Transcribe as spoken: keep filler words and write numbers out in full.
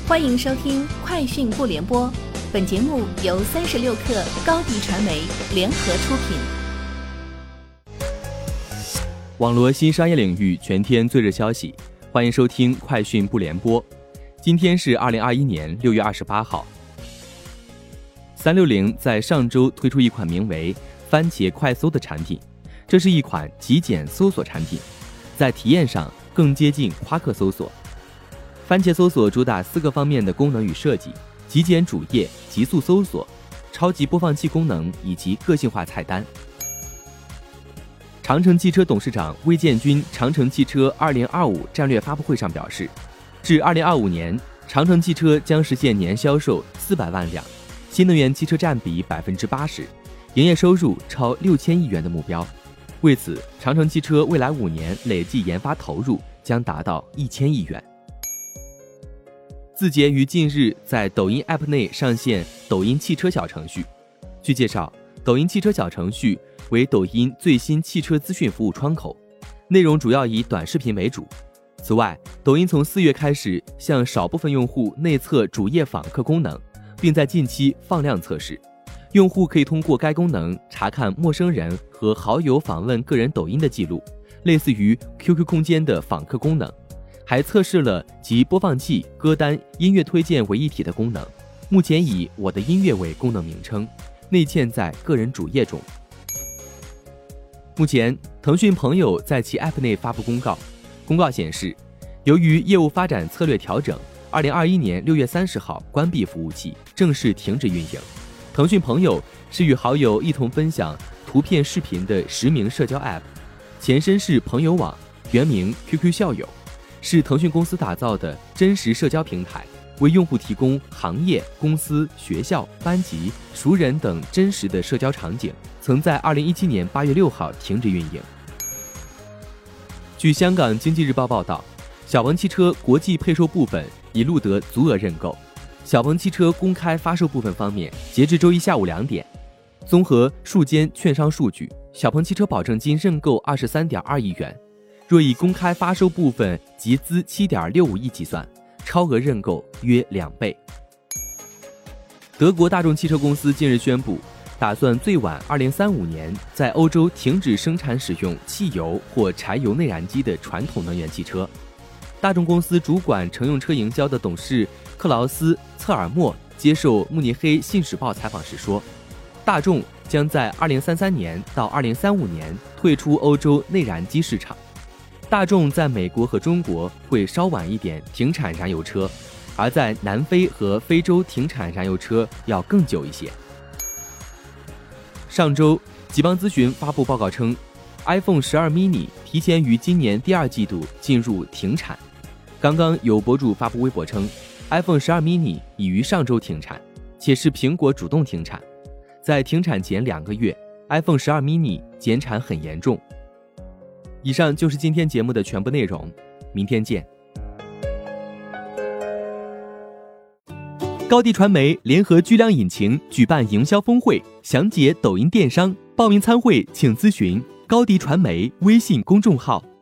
欢迎收听快讯不联播，本节目由三十六克高低传媒联合出品。 网络新商业领域全天最热消息，欢迎收听快讯不联播。今天是二零二一年六月二十八号。三六零在上周推出一款名为番茄快搜的产品，这是一款极简搜索产品，在体验上更接近夸克搜索。番茄搜索主打四个方面的功能与设计：极简主页、极速搜索、超级播放器功能以及个性化菜单。长城汽车董事长魏建军长城汽车二零二五战略发布会上表示，至二零二五年，长城汽车将实现年销售四百万辆，新能源汽车占比百分之八十，营业收入超六千亿元的目标。为此，长城汽车未来五年累计研发投入将达到一千亿元。字节于近日在抖音 App 内上线抖音汽车小程序。据介绍，抖音汽车小程序为抖音最新汽车资讯服务窗口，内容主要以短视频为主。此外，抖音从四月开始向少部分用户内测主页访客功能，并在近期放量测试。用户可以通过该功能查看陌生人和好友访问个人抖音的记录，类似于 Q Q 空间的访客功能。还测试了集播放器、歌单、音乐推荐为一体的功能，目前以我的音乐为功能名称，内嵌在个人主页中。目前，腾讯朋友在其 App 内发布公告，公告显示，由于业务发展策略调整，二零二一年六月三十号关闭服务器，正式停止运营。腾讯朋友是与好友一同分享图片、视频的实名社交 App， 前身是朋友网，原名 Q Q 校友。是腾讯公司打造的真实社交平台，为用户提供行业、公司、学校、班级、熟人等真实的社交场景，曾在二零一七年八月六号停止运营。据香港经济日报报道，小鹏汽车国际配售部分已录得足额认购。小鹏汽车公开发售部分方面，截至周一下午两点，综合数间券商数据，小鹏汽车保证金认购二十三点二亿元。若以公开发售部分集资 七点六五亿计算，超额认购约两倍。德国大众汽车公司近日宣布，打算最晚二零三五年在欧洲停止生产使用汽油或柴油内燃机的传统能源汽车。大众公司主管乘用车营销的董事克劳斯·策尔默接受慕尼黑信使报采访时说，大众将在二零三三年到二零三五年退出欧洲内燃机市场。大众在美国和中国会稍晚一点停产燃油车，而在南非和非洲停产燃油车要更久一些。上周，吉邦咨询发布报告称 ，iPhone 十二 mini 提前于今年第二季度进入停产。刚刚有博主发布微博称 ，iPhone 十二 mini 已于上周停产，且是苹果主动停产。在停产前两个月 ，iPhone 十二 mini 减产很严重。以上就是今天节目的全部内容，明天见。高迪传媒联合巨量引擎举办营销峰会，详解抖音电商，报名参会请咨询高迪传媒微信公众号。